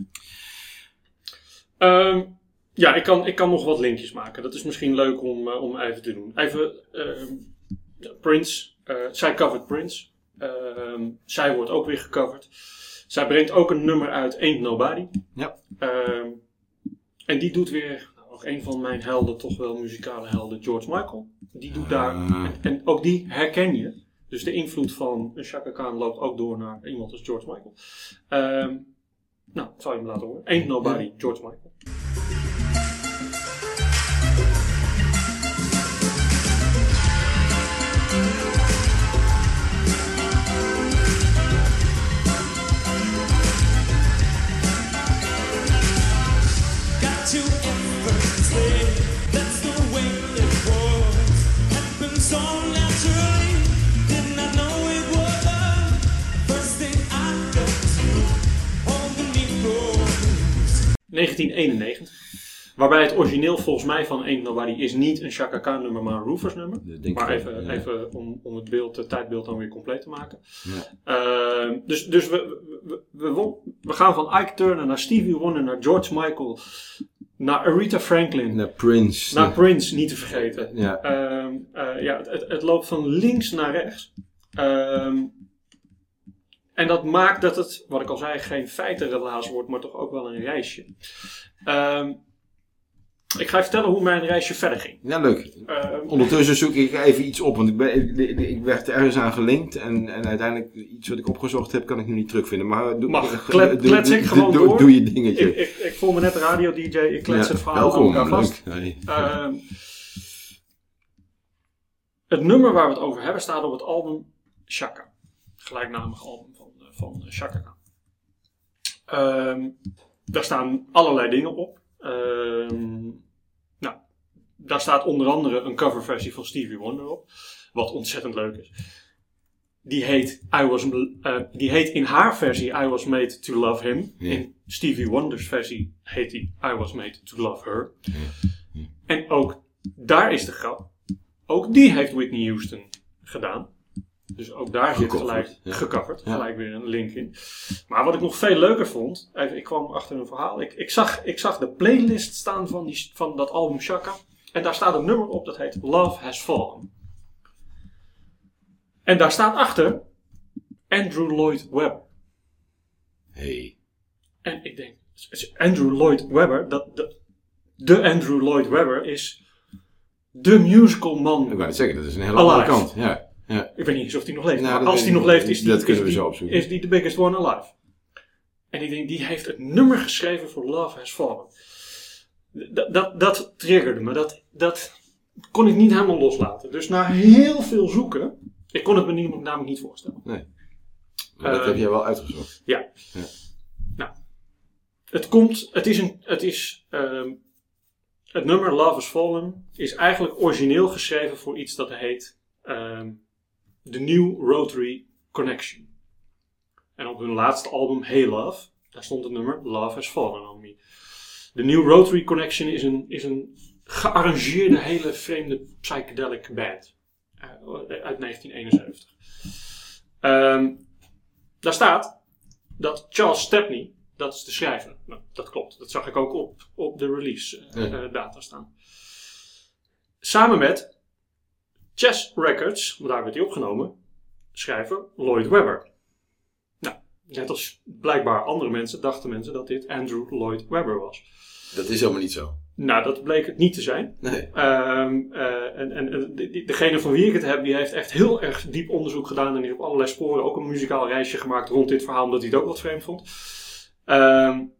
Um, ja, ik kan, ik kan nog wat linkjes maken. Dat is misschien leuk om, uh, om even te doen. Even, uh, Prince... Uh, zij covert Prince. Uh, zij wordt ook weer gecoverd. Zij brengt ook een nummer uit, Ain't Nobody. Ja. Uh, en die doet weer, nou, nog een van mijn helden, toch wel muzikale helden, George Michael. Die doet daar, uh. en, en ook die herken je. Dus de invloed van Chaka Khan loopt ook door naar iemand als George Michael. Uh, nou, ik zal je hem laten horen. Ain't Nobody, ja. George Michael. negentien eenennegentig. Waarbij het origineel volgens mij van Ain't Nobody is niet een Chaka Khan nummer, maar een Rufus nummer. Maar even, ja. even om, om het beeld, het tijdbeeld dan weer compleet te maken. Ja. Uh, dus dus we, we, we, we gaan van Ike Turner naar Stevie Wonder, naar George Michael, naar Aretha Franklin. Naar Prince. Naar ja. Prince, niet te vergeten. Ja, uh, uh, ja het, het loopt van links naar rechts. Uh, En dat maakt dat het, wat ik al zei, geen feitenrelaas wordt, maar toch ook wel een reisje. Um, ik ga je vertellen hoe mijn reisje verder ging. Ja, leuk. Um, Ondertussen zoek ik even iets op, want ik, ben, ik, ik werd ergens aan gelinkt. En, en uiteindelijk iets wat ik opgezocht heb, kan ik nu niet terugvinden. Maar doe, Mag, klets, doe, klets ik doe, gewoon doe, door. Doe je dingetje. Ik, ik, ik voel me net een radio-d J, ik klets ja, het verhaal welkom, aan elkaar vast. Nee. Um, het nummer waar we het over hebben staat op het album Chaka. Gelijknamig album van, uh, van uh, Chaka Khan. Um, daar staan allerlei dingen op. Um, nou, daar staat onder andere een coverversie van Stevie Wonder op. Wat ontzettend leuk is. Die heet, I was, uh, die heet in haar versie I Was Made to Love Him. Yeah. In Stevie Wonder's versie heet die I Was Made to Love Her. Yeah. Yeah. En ook daar is de grap. Ook die heeft Whitney Houston gedaan. Dus ook daar zit gelijk ja. gecoverd. Ja. Gelijk weer een link in. Maar wat ik nog veel leuker vond. Even, ik kwam achter een verhaal. Ik, ik, zag, ik zag de playlist staan van, die, van dat album Chaka. En daar staat een nummer op dat heet Love Has Fallen. En daar staat achter Andrew Lloyd Webber. Hey. En ik denk, Andrew Lloyd Webber, dat, de, de Andrew Lloyd Webber is de musicalman. Ik wou het zeggen, dat is een hele andere kant. Ja. Ja. Ik weet niet eens of hij nog leeft. Nou, maar als hij nog leeft, is die, dat kunnen is, we die, zo is die the biggest one alive. En ik denk, die heeft het nummer geschreven voor Love Has Fallen. Dat, dat, dat triggerde me. Dat, dat kon ik niet helemaal loslaten. Dus na heel veel zoeken, ik kon het me niet, namelijk niet voorstellen. Nee. Maar dat uh, heb jij wel uitgezocht. Ja. ja. Nou. Het komt, het is een, het is, um, het nummer Love Has Fallen is eigenlijk origineel geschreven voor iets dat heet um, The New Rotary Connection. En op hun laatste album Hey Love, daar stond het nummer Love Has Fallen on Me. The New Rotary Connection is een, is een gearrangeerde, hele vreemde psychedelic band. Uh, uit negentien eenenzeventig. Um, daar staat dat Charles Stepney, dat is de schrijver. Nou, dat klopt. Dat zag ik ook op, op de release uh, ja. uh, data staan. Samen met Chess Records, want daar werd hij opgenomen, schrijver Lloyd Webber. Nou, net als blijkbaar andere mensen dachten mensen dat dit Andrew Lloyd Webber was. Dat is helemaal niet zo. Nou, dat bleek het niet te zijn. Nee. Um, uh, en, en de, die, degene van wie ik het heb, die heeft echt heel erg diep onderzoek gedaan. En die heeft op allerlei sporen ook een muzikaal reisje gemaakt rond dit verhaal, omdat hij het ook wat vreemd vond. Um,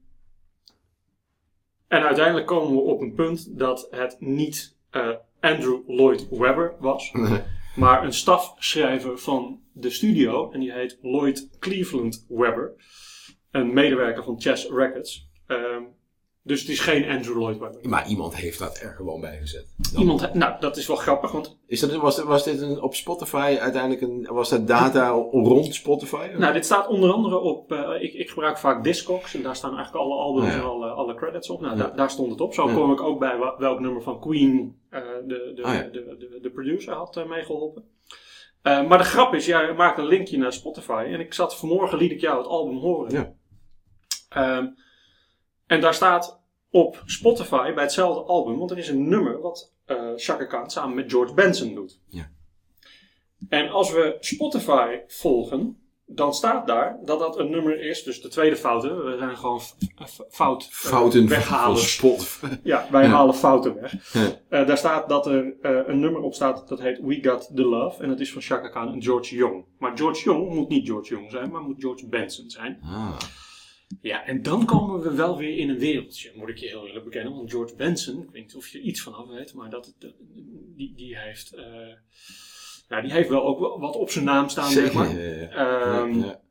en uiteindelijk komen we op een punt dat het niet uh, Andrew Lloyd Webber was, Nee. maar een stafschrijver van de studio. En die heet Lloyd Cleveland Webber. Een medewerker van Chess Records. Um, dus het is geen Andrew Lloyd Webber. Maar iemand heeft dat er gewoon bij gezet. Dan. Iemand, nou, dat is wel grappig, want Is dat, was, was dit een, op Spotify uiteindelijk een, was dat data rond Spotify? nou, dit staat onder andere op, uh, ik, ik gebruik vaak Discogs en daar staan eigenlijk alle albums Ja. en alle, alle credits op. Nou, Ja. da, daar stond het op. Zo Ja. kwam ik ook bij wa- welk nummer van Queen uh, de, de, Ah, ja. de, de, de producer had uh, meegeholpen. Uh, maar de grap is, jij maakt een linkje naar Spotify en ik zat vanmorgen, liet ik jou het album horen. Ja. Um, en daar staat op Spotify bij hetzelfde album, want er is een nummer wat uh, Chaka Khan samen met George Benson doet. Ja. En als we Spotify volgen, dan staat daar dat dat een nummer is, dus de tweede fouten, we zijn gewoon f- f- fout uh, Fouten van weghalen. Spotify. Ja, wij Ja. halen fouten weg. Ja. Uh, daar staat dat er uh, een nummer op staat dat heet We Got The Love en dat is van Chaka Khan en George Young. Maar George Young moet niet George Young zijn, maar moet George Benson zijn. Ah. Ja, en dan komen we wel weer in een wereldje, moet ik je heel eerlijk bekennen. Want George Benson, ik weet niet of je er iets van af weet, maar dat, dat- die, die, heeft, uh, nou, die heeft wel ook wel wat op zijn naam staan, zeg maar. Zeker, ja, ja. Ehm, Ja, ja.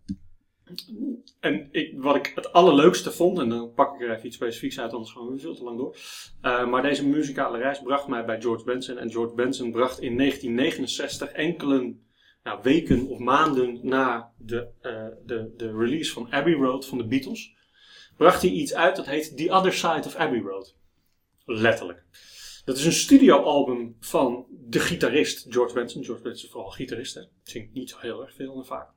En ik, wat ik het allerleukste vond, en dan pak ik er even iets specifieks uit, anders gaan we veel te lang door. Uh, maar deze muzikale reis bracht mij bij George Benson. En George Benson bracht in negentien negenenzestig enkele nou, weken of maanden na de, uh, de, de release van Abbey Road van de Beatles, bracht hij iets uit dat heet The Other Side of Abbey Road. Letterlijk. Dat is een studioalbum van de gitarist George Benson. George Benson is vooral gitarist, hè. Zingt niet zo heel erg veel en vaak.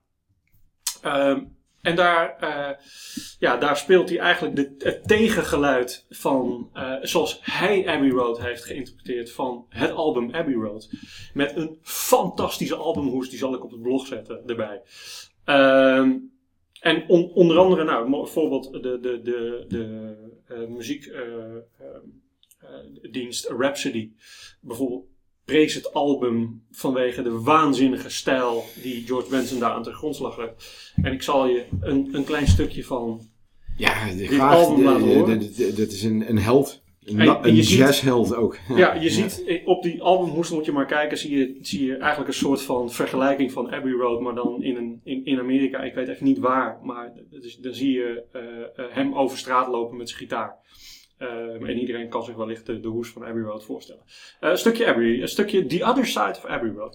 Um, en daar, uh, ja, daar speelt hij eigenlijk de, het tegengeluid van, uh, zoals hij Abbey Road heeft geïnterpreteerd van het album Abbey Road. Met een fantastische albumhoes, die zal ik op het blog zetten erbij. Um, en on, onder andere, nou, bijvoorbeeld de, de, de, de uh, muziekdienst uh, uh, Rhapsody. Bijvoorbeeld prees het album vanwege de waanzinnige stijl die George Benson daar aan ten grondslag legt. En ik zal je een, een klein stukje van Ja, de, dit graag, album de- laten de- horen. de- de- dat is een, een held. Een, En- na- en een je ziet- jazzheld ook. Ja, je ziet eh, op die albumhoes, moet je maar kijken, zie je, zie je eigenlijk een soort van vergelijking van Abbey Road, maar dan in, een, in, in Amerika. Ik weet even niet waar, maar dat is, dan zie je uh, uh, hem over straat lopen met zijn gitaar. Uh, en iedereen kan zich wellicht de, de hoes van Abbey Road voorstellen. Uh, een stukje Abbey, een stukje The Other Side of Abbey Road.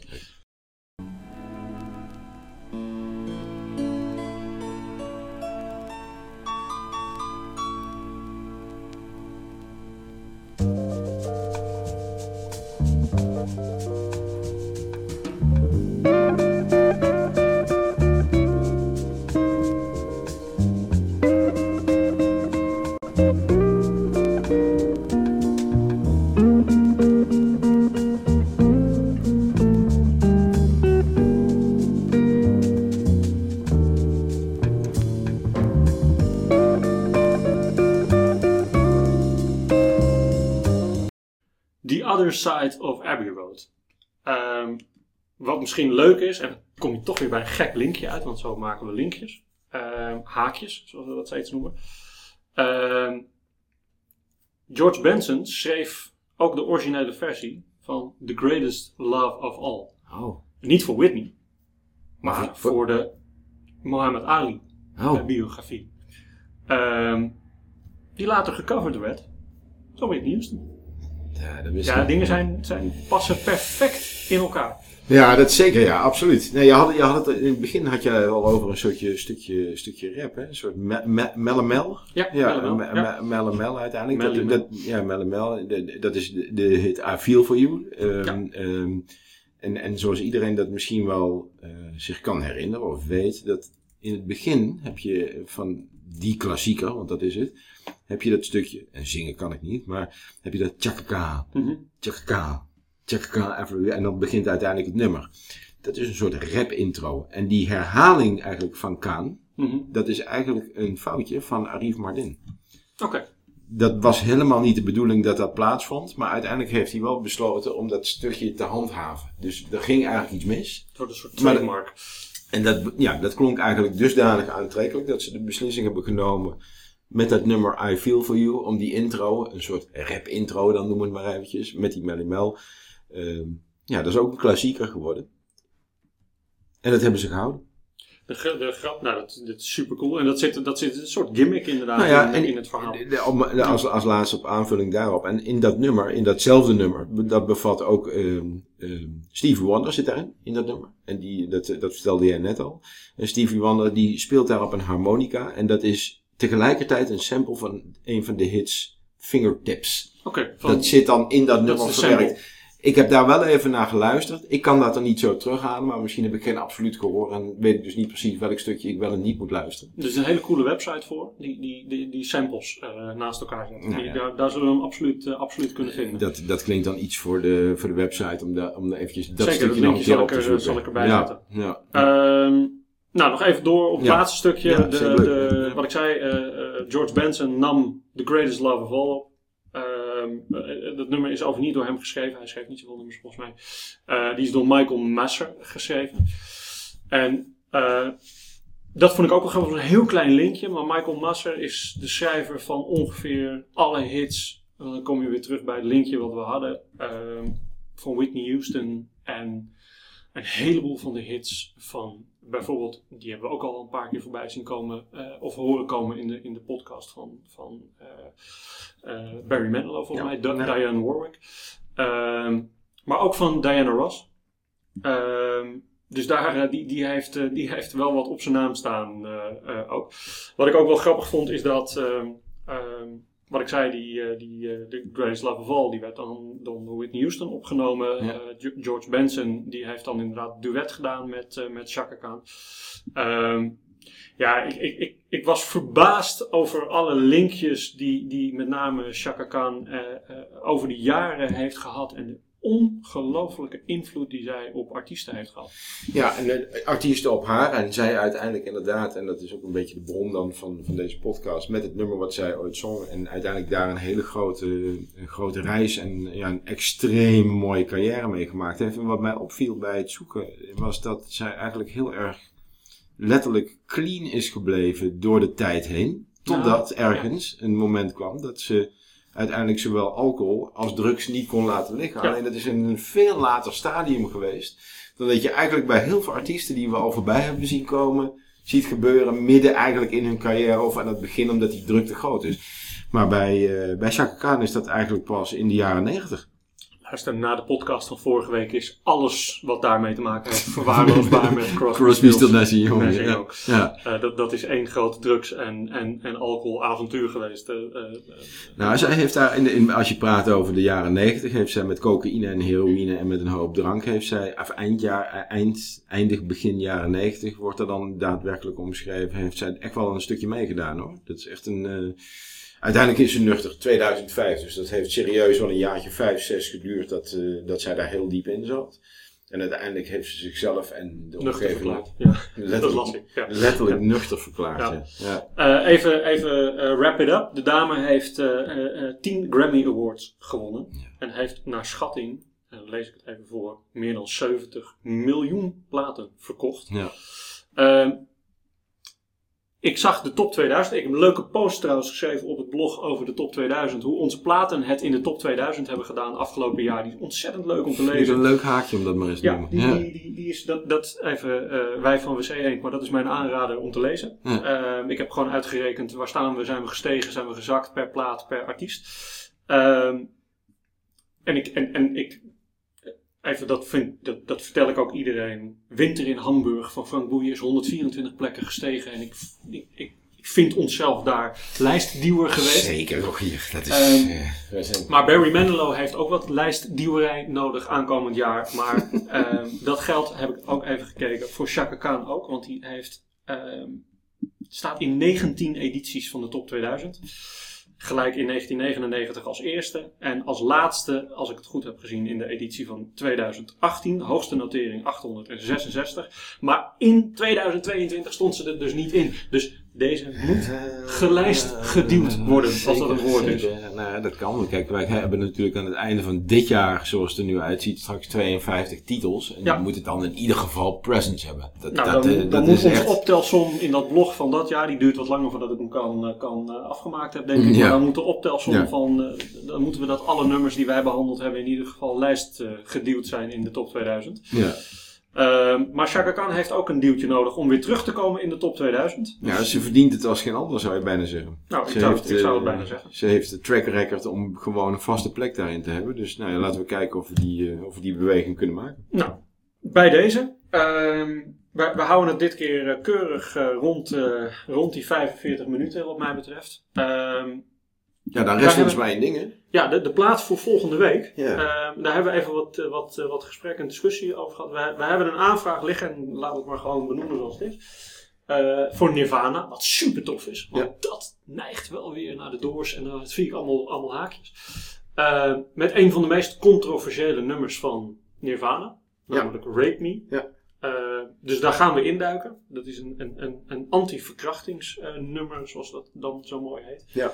The Other Side of Abbey Road. Um, wat misschien leuk is, en dan kom je toch weer bij een gek linkje uit, want zo maken we linkjes. Um, haakjes, zoals we dat steeds noemen. Um, George Benson schreef ook de originele versie van The Greatest Love of All. Oh. Niet voor Whitney, maar Maar voor- voor de Muhammad Ali Oh. uh, biografie. Um, die later gecoverd werd door Whitney Houston. Ja, dat wist Ja, ik. dingen zijn, zijn, passen perfect in elkaar. Ja, dat zeker, ja, absoluut. Nee, je had, je had het, in het begin had je al over een soortje, stukje, stukje rap, hè? Een soort me, me, melemel. Ja, Ja, Melemel, me- ja. me- melemel uiteindelijk. Dat, Melemel. dat, ja, melemel. Dat, dat is de, de hit I Feel For You. Um, Ja. um, en, en zoals iedereen dat misschien wel uh, zich kan herinneren of weet, dat in het begin heb je van die klassieker, want dat is het, heb je dat stukje, en zingen kan ik niet, maar heb je dat tjakaka, Mm-hmm. tjakaka, tjakaka, everywhere, en dan begint uiteindelijk het nummer. Dat is een soort rap intro. En die herhaling eigenlijk van Kaan, Mm-hmm. dat is eigenlijk een foutje van Arif Mardin. Oké. dat was helemaal niet de bedoeling dat dat plaatsvond. Maar uiteindelijk heeft hij wel besloten om dat stukje te handhaven. Dus er ging eigenlijk iets mis. Het wordt een soort trademark. En dat, ja, dat klonk eigenlijk dusdanig aantrekkelijk dat ze de beslissing hebben genomen met dat nummer I Feel For You. Om die intro, een soort rap intro dan noem het maar eventjes, met die Melle Mel. Uh, ja, dat is ook een klassieker geworden. En dat hebben ze gehouden. De, de grap, nou dat, dat is super cool. En dat zit, dat zit een soort gimmick inderdaad nou ja, in, en, in het verhaal. De, de, als, als laatste op aanvulling daarop. En in dat nummer, in datzelfde nummer, dat bevat ook uh, uh, Stevie Wonder zit daarin, in dat nummer. En die, dat, dat vertelde jij net al. En Stevie Wonder die speelt daar op een harmonica. En dat is tegelijkertijd een sample van een van de hits Fingertips. Okay, van, dat zit dan in dat, dat nummer verwerkt. Ik heb daar wel even naar geluisterd. Ik kan dat er niet zo terughalen, maar misschien heb ik geen absoluut gehoor en weet ik dus niet precies welk stukje ik wel en niet moet luisteren. Er is een hele coole website voor, die, die, die, die samples uh, naast elkaar zetten. Nou, die, ja. daar, daar zullen we hem absoluut, uh, absoluut kunnen vinden. Dat, dat klinkt dan iets voor de, voor de website, om, da, om eventjes dat Zeker, stukje dat nog een keer op te er, zoeken. zal ik erbij ja, zetten. Ja, ja. Um, nou, nog even door op het ja. laatste stukje. Ja, de, de, wat ik zei, uh, uh, George Benson nam The Greatest Love of All op. Um, uh, dat nummer is over niet door hem geschreven. Hij schreef niet zoveel nummers volgens mij. Uh, die is door Michael Masser geschreven. En uh, dat vond ik ook wel grappig. Een heel klein linkje. Maar Michael Masser is de schrijver van ongeveer alle hits. Uh, dan kom je weer terug bij het linkje wat we hadden. Uh, van Whitney Houston. En een heleboel van de hits van bijvoorbeeld, die hebben we ook al een paar keer voorbij zien komen, uh, of horen komen in de, in de podcast van, van uh, uh, Barry Manilow, volgens ja, mij, D- nee. Diane Warwick. Uh, maar ook van Diana Ross. Uh, dus daar, uh, die, die, heeft, uh, die heeft wel wat op zijn naam staan uh, uh, ook. Wat ik ook wel grappig vond, is dat, uh, uh, wat ik zei, die, uh, die uh, The Greatest Love of All, die werd dan door Whitney Houston opgenomen. Ja. Uh, George Benson, die heeft dan inderdaad duet gedaan met, uh, met Chaka Khan. Um, ja, ik, ik, ik, ik was verbaasd over alle linkjes die, die met name Chaka Khan uh, uh, over de jaren heeft gehad. En de ongelooflijke invloed die zij op artiesten heeft gehad. Ja, en de artiesten op haar en zij uiteindelijk inderdaad, en dat is ook een beetje de bron dan van, van deze podcast, met het nummer wat zij ooit zong en uiteindelijk daar een hele grote, een grote reis en ja, een extreem mooie carrière mee gemaakt heeft. En wat mij opviel bij het zoeken was dat zij eigenlijk heel erg letterlijk clean is gebleven door de tijd heen, totdat ja, ergens ja. een moment kwam dat ze uiteindelijk zowel alcohol als drugs niet kon laten liggen. Ja. Alleen dat is in een veel later stadium geweest. Dan dat je eigenlijk bij heel veel artiesten die we al voorbij hebben zien komen, ziet gebeuren midden eigenlijk in hun carrière of aan het begin omdat die druk te groot is. Maar bij, uh, bij Chaka Khan is dat eigenlijk pas in de jaren negentig. Luister, na de podcast van vorige week is alles wat daarmee te maken heeft verwaarloosbaar met Crosby, Crosby Stills Nash en Young. Nash Ja. Ja. Uh, dat, dat is één grote drugs- en, en, en alcoholavontuur geweest. Uh, uh, nou, zij heeft daar, in, in, als je praat over de jaren negentig, heeft zij met cocaïne en heroïne en met een hoop drank, heeft zij, of eindjaar, eind, eindig begin jaren negentig, wordt er dan daadwerkelijk omschreven, heeft zij echt wel een stukje meegedaan hoor. Dat is echt een... Uh, Uiteindelijk is ze nuchter, tweeduizend vijf, dus dat heeft serieus wel een jaartje vijf, zes geduurd dat, uh, dat zij daar heel diep in zat. En uiteindelijk heeft ze zichzelf en de omgeving ja. letterlijk, ja. letterlijk ja. nuchter verklaard. Ja. Ja. Ja. Uh, even even uh, wrap it up. De dame heeft uh, uh, tien Grammy Awards gewonnen. Ja. En heeft naar schatting, en dan lees ik het even voor, meer dan zeventig miljoen platen verkocht. Ja. Uh, Ik zag de top tweeduizend. Ik heb een leuke post trouwens geschreven op het blog over de top tweeduizend. Hoe onze platen het in de top tweeduizend hebben gedaan afgelopen jaar. Die is ontzettend leuk om te lezen. Een leuk haakje om dat maar eens te ja, noemen. Die, ja, die, die, die is dat, dat even uh, wij van W C Eend, maar dat is mijn aanrader om te lezen. Ja. Uh, ik heb gewoon uitgerekend waar staan we, zijn we gestegen, zijn we gezakt per plaat, per artiest. Uh, en ik, en, en ik Even, dat, vind, dat, dat vertel ik ook iedereen. Winter in Hamburg van Frank Boeien is honderdvierentwintig plekken gestegen. En ik, ik, ik, ik vind onszelf daar lijstduwer geweest. Zeker nog hier. Dat is, um, uh, zijn... Maar Barry Manilow heeft ook wat lijstduwerij nodig aankomend jaar. Maar um, dat geld heb ik ook even gekeken. Voor Chaka Khan ook. Want die heeft, um, staat in negentien edities van de top tweeduizend. Gelijk in negentien negenennegentig als eerste. En als laatste, als ik het goed heb gezien, in de editie van tweeduizend achttien. Hoogste notering achthonderdzesenzestig. Maar in tweeduizend tweeëntwintig stond ze er dus niet in. Dus Deze moet gelijst geduwd worden, als dat een woord is. Zeker. Nou, dat kan. Kijk, wij hebben natuurlijk aan het einde van dit jaar, zoals het er nu uitziet, straks tweeënvijftig titels. En ja. dan moet het dan in ieder geval presence hebben. Dat, nou, dat, dan, uh, dan dat moet is onze echt... optelsom in dat blog van dat jaar, die duurt wat langer voordat ik hem kan, kan uh, afgemaakt heb, denk ik. Ja. Maar dan moet de optelsom ja. van, uh, dan moeten we dat alle nummers die wij behandeld hebben in ieder geval lijst uh, geduwd zijn in de top tweeduizend. Ja. Uh, maar Chaka Khan heeft ook een duwtje nodig om weer terug te komen in de top tweeduizend. Ja, ze verdient het als geen ander, zou je bijna zeggen. Nou, ze ik zou, heeft, het, ik zou het bijna zeggen. Ze heeft de track record om gewoon een vaste plek daarin te hebben. Dus nou ja, laten we kijken of we die, uh, of we die beweging kunnen maken. Nou, bij deze. Uh, we, we houden het dit keer uh, keurig uh, rond, uh, rond die vijfenveertig minuten wat mij betreft. Uh, Ja, dan rest ons maar één ding, hè? Ja, de, de plaats voor volgende week. Ja. Uh, daar hebben we even wat, uh, wat, uh, wat gesprek en discussie over gehad. We, we hebben een aanvraag liggen, en laten we het maar gewoon benoemen zoals het is. Uh, voor Nirvana, wat super tof is. Want ja. dat neigt wel weer naar de Doors en dat zie ik allemaal, allemaal haakjes. Uh, met een van de meest controversiële nummers van Nirvana. Namelijk ja. Rape Me. Ja. Uh, dus daar gaan we induiken. Dat is een, een, een, een anti-verkrachtingsnummer, uh, zoals dat dan zo mooi heet. Ja.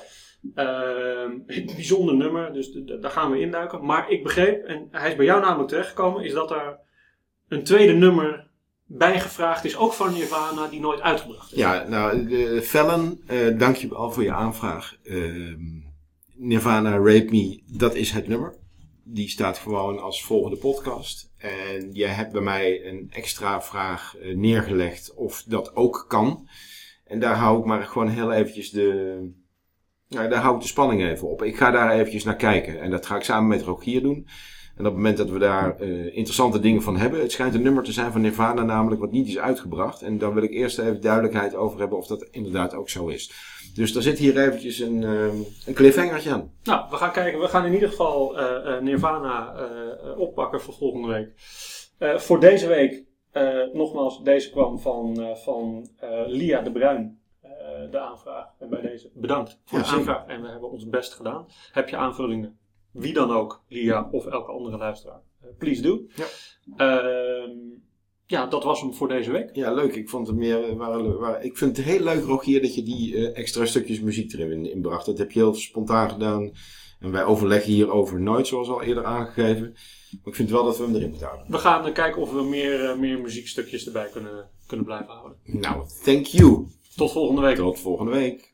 Uh, een bijzonder nummer, dus de, de, daar gaan we induiken. Maar ik begreep, en hij is bij jou namelijk terechtgekomen, is dat er een tweede nummer bijgevraagd is, ook van Nirvana, die nooit uitgebracht is. Ja, nou, de Fallon, uh, dank je wel voor je aanvraag. Uh, Nirvana Rape Me, dat is het nummer. Die staat gewoon als volgende podcast. En jij hebt bij mij een extra vraag uh, neergelegd of dat ook kan. En daar hou ik maar gewoon heel eventjes de... Nou, daar hou ik de spanning even op. Ik ga daar eventjes naar kijken. En dat ga ik samen met Rogier doen. En op het moment dat we daar uh, interessante dingen van hebben. Het schijnt een nummer te zijn van Nirvana namelijk wat niet is uitgebracht. En dan wil ik eerst even duidelijkheid over hebben of dat inderdaad ook zo is. Dus daar zit hier eventjes een, uh, een cliffhangertje aan. Nou, we gaan kijken. We gaan in ieder geval uh, uh, Nirvana uh, oppakken voor volgende week. Uh, voor deze week, uh, nogmaals, deze kwam van, uh, van uh, Lia de Bruin. Uh, de aanvraag. En bij deze bedankt voor ja, de aanvraag. En we hebben ons best gedaan. Heb je aanvullingen? Wie dan ook, Lia of elke andere luisteraar. Uh, please do. Ja. Uh, ja, dat was hem voor deze week. Ja, leuk. Ik vond het meer... Waar, waar, ik vind het heel leuk, Rogier, dat je die uh, extra stukjes muziek erin inbracht. Dat heb je heel spontaan gedaan. En wij overleggen hierover nooit, zoals al eerder aangegeven. Maar ik vind wel dat we hem erin moeten houden. We gaan uh, kijken of we meer, uh, meer muziekstukjes erbij kunnen, kunnen blijven houden. Nou, thank you. Tot volgende week. Tot volgende week.